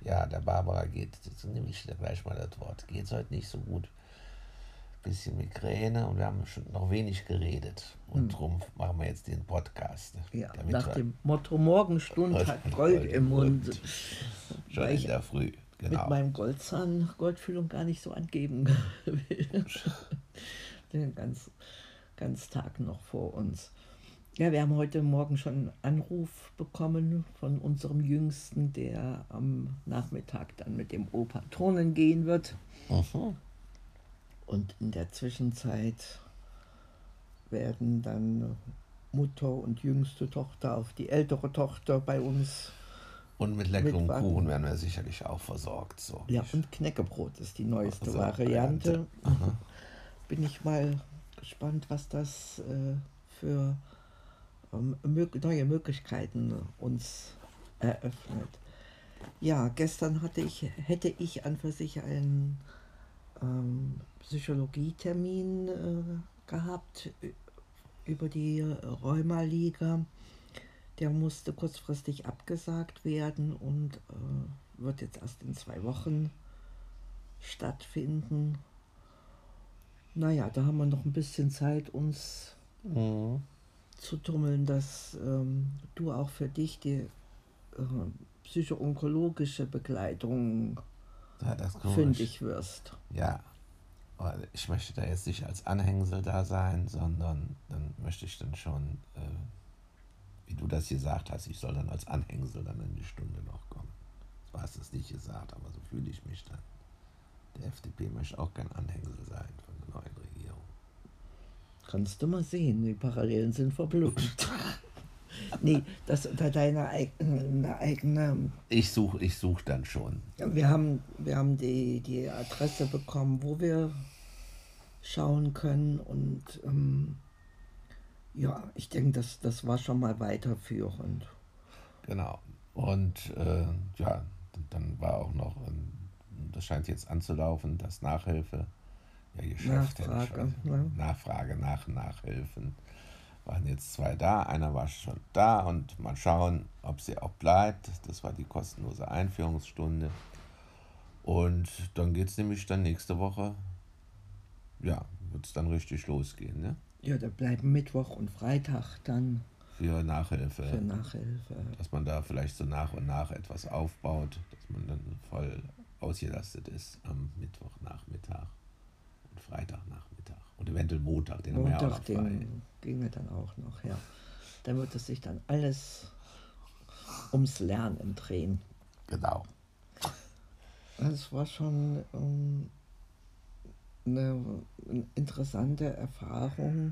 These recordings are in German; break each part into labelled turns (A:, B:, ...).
A: Ja, der Barbara geht, jetzt nehme ich gleich mal das Wort, geht es heute nicht so gut. Bisschen Migräne und wir haben schon noch wenig geredet. Und darum machen wir jetzt den Podcast,
B: Ja,
A: damit
B: nach
A: wir
B: dem Motto Morgenstund hat Gold
A: Gold
B: im
A: im
B: Mund,
A: Mund, schon
B: weil
A: in
B: ich
A: der Früh,
B: mit
A: genau.
B: meinem Goldzahn Goldfüllung gar nicht so angeben will. Den ganz Tag noch vor uns. Ja, wir haben heute Morgen schon einen Anruf bekommen von unserem Jüngsten, der am Nachmittag dann mit dem Opa turnen gehen wird. Und in der Zwischenzeit werden dann Mutter und jüngste Tochter auf die ältere Tochter bei uns
A: Und mit leckerem
B: mitwarten.
A: Kuchen werden wir sicherlich auch versorgt. So.
B: Ja, und Knäckebrot ist die neueste
A: So,
B: Variante. Bin ich mal gespannt, was das für neue Möglichkeiten uns eröffnet. Ja, gestern hätte ich an für sich einen Psychologietermin gehabt über die Rheumaliga. Der musste kurzfristig abgesagt werden und wird jetzt erst in 2 Wochen stattfinden. Naja, da haben wir noch ein bisschen Zeit, uns zu tummeln, dass du auch für dich die psycho-onkologische Begleitung
A: Ja, das ist komisch.
B: fündig wirst.
A: Ja, aber ich möchte da jetzt nicht als Anhängsel da sein, sondern dann möchte ich dann schon, wie du das gesagt hast, ich soll dann als Anhängsel dann in die Stunde noch kommen. Du hast es nicht gesagt, aber so fühle ich mich dann. Der FDP möchte auch kein Anhängsel sein von der neuen Regierung.
B: Kannst du mal sehen, die Parallelen sind verblüffend. Nee, das unter deiner eigene.
A: Ich such dann schon.
B: Wir haben die Adresse bekommen, wo wir schauen können und ja, ich denke, das war schon mal weiterführend.
A: Genau. Und ja, dann war auch noch, das scheint jetzt anzulaufen, das Nachhilfe, ja, Geschäft, Nachfrage nach Nachhilfen. Waren jetzt 2 da, einer war schon da und mal schauen, ob sie auch bleibt. Das war die kostenlose Einführungsstunde. Und dann geht es nämlich dann nächste Woche, ja, wird es dann richtig losgehen, ne?
B: Ja, da bleiben Mittwoch und Freitag dann
A: Für Nachhilfe.
B: für Nachhilfe.
A: Dass man da vielleicht so nach und nach etwas aufbaut, dass man dann voll ausgelastet ist am Mittwochnachmittag und Freitagnachmittag. Und eventuell Montag, den haben wir ja auch noch
B: Montag,
A: frei.
B: den ginge dann auch noch, ja. Dann wird es sich dann alles ums Lernen drehen.
A: Genau.
B: Es war schon eine interessante Erfahrung.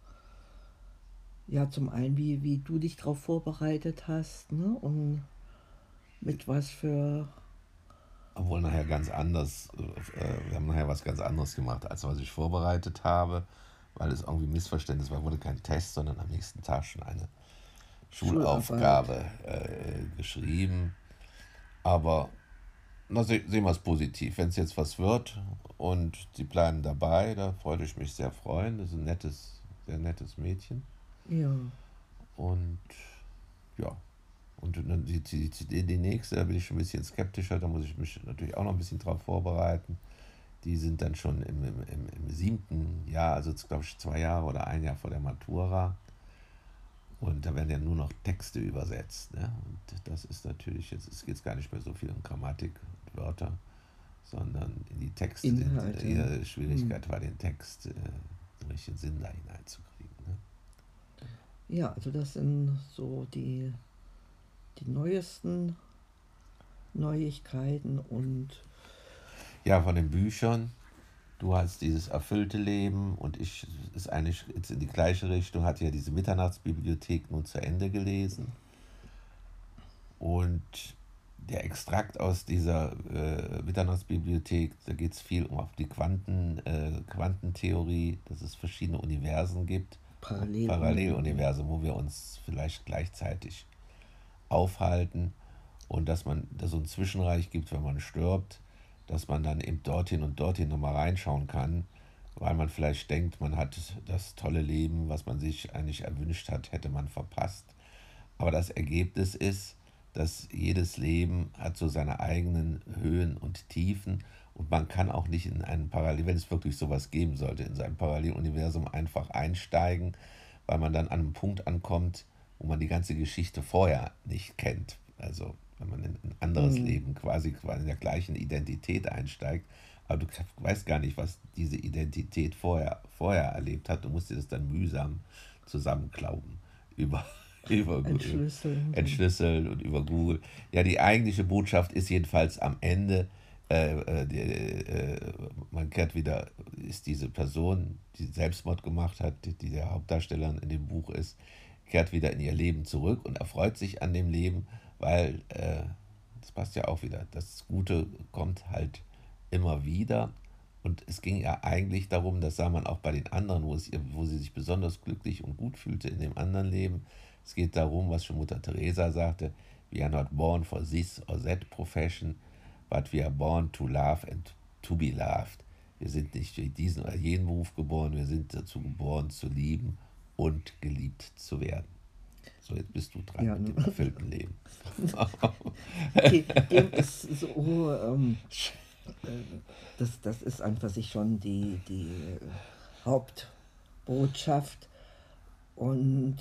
B: Ja, zum einen, wie du dich darauf vorbereitet hast, ne? Und mit was für.
A: Obwohl nachher ganz anders, wir haben nachher was ganz anderes gemacht, als was ich vorbereitet habe, weil es irgendwie ein Missverständnis war, wurde kein Test, sondern am nächsten Tag schon eine Schulaufgabe geschrieben. Aber na, sehen wir es positiv. Wenn es jetzt was wird und sie bleiben dabei, da freue ich mich sehr freuen. Das ist ein sehr nettes Mädchen.
B: Ja.
A: Und ja, und dann die nächste, da bin ich schon ein bisschen skeptischer, da muss ich mich natürlich auch noch ein bisschen drauf vorbereiten. Die sind dann schon im 7. Jahr, also glaube ich 2 Jahre oder 1 Jahr vor der Matura. Und da werden ja nur noch Texte übersetzt. Ne? Und das ist natürlich, jetzt geht es gar nicht mehr so viel um Grammatik und Wörter, sondern in die Texte.
B: Inhalte.
A: Die Schwierigkeit war, den Text, den richtigen Sinn da hineinzukriegen. Ne?
B: Ja, also das sind so die neuesten Neuigkeiten und.
A: Ja, von den Büchern. Du hast dieses erfüllte Leben und ich ist eigentlich jetzt in die gleiche Richtung, hatte ja diese Mitternachtsbibliothek nun zu Ende gelesen. Und der Extrakt aus dieser Mitternachtsbibliothek, da geht es viel um auf die Quantentheorie, dass es verschiedene Universen gibt, Paralleluniversen, wo wir uns vielleicht gleichzeitig aufhalten und dass so ein Zwischenreich gibt, wenn man stirbt, dass man dann eben dorthin und dorthin nochmal reinschauen kann, weil man vielleicht denkt, man hat das tolle Leben, was man sich eigentlich erwünscht hat, hätte man verpasst. Aber das Ergebnis ist, dass jedes Leben hat so seine eigenen Höhen und Tiefen und man kann auch nicht in ein wenn es wirklich sowas geben sollte, in sein Paralleluniversum einfach einsteigen, weil man dann an einem Punkt ankommt, wo man die ganze Geschichte vorher nicht kennt. Also wenn man in ein anderes Leben quasi in der gleichen Identität einsteigt, aber du weißt gar nicht, was diese Identität vorher erlebt hat. Du musst dir das dann mühsam zusammenklauben über, entschlüsseln und über Google. Ja, die eigentliche Botschaft ist jedenfalls am Ende, man kehrt wieder, ist diese Person, die Selbstmord gemacht hat, die der Hauptdarstellerin in dem Buch ist, kehrt wieder in ihr Leben zurück und erfreut sich an dem Leben, weil, das passt ja auch wieder, das Gute kommt halt immer wieder. Und es ging ja eigentlich darum, das sah man auch bei den anderen, wo sie sich besonders glücklich und gut fühlte in dem anderen Leben. Es geht darum, was schon Mutter Teresa sagte, we are not born for this or that profession, but we are born to love and to be loved. Wir sind nicht für diesen oder jenen Beruf geboren, wir sind dazu geboren, zu lieben und geliebt zu werden. So, jetzt bist du dran mit dem erfüllten Lem.
B: Dem ist so, das ist an für sich schon die Hauptbotschaft. Und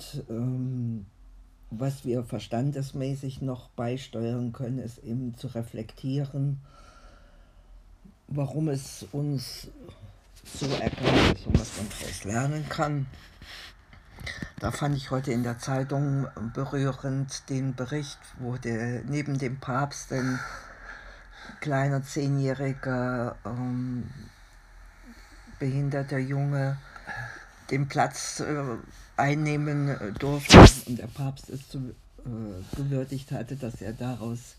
B: was wir verstandesmäßig noch beisteuern können, ist eben zu reflektieren, warum es uns so ergangen ist und was man daraus lernen kann. Da fand ich heute in der Zeitung berührend den Bericht, wo neben dem Papst ein kleiner 10-jähriger behinderter Junge den Platz einnehmen durfte und der Papst es gewürdigt hatte, dass er daraus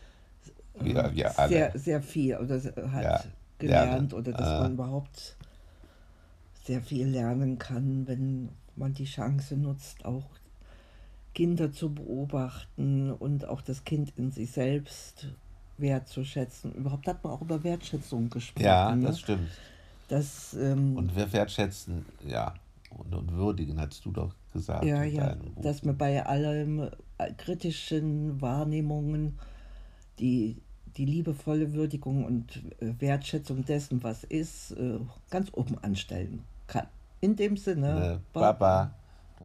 B: sehr viel hat gelernt oder dass man überhaupt sehr viel lernen kann, wenn man die Chance nutzt, auch Kinder zu beobachten und auch das Kind in sich selbst wertzuschätzen. Überhaupt hat man auch über Wertschätzung gesprochen.
A: Ja, das stimmt.
B: Und
A: wir wertschätzen, ja, und würdigen, hast du doch gesagt.
B: Ja, dass man bei allem kritischen Wahrnehmungen die liebevolle Würdigung und Wertschätzung dessen, was ist, ganz oben anstellen kann. In dem Sinne,
A: Baba.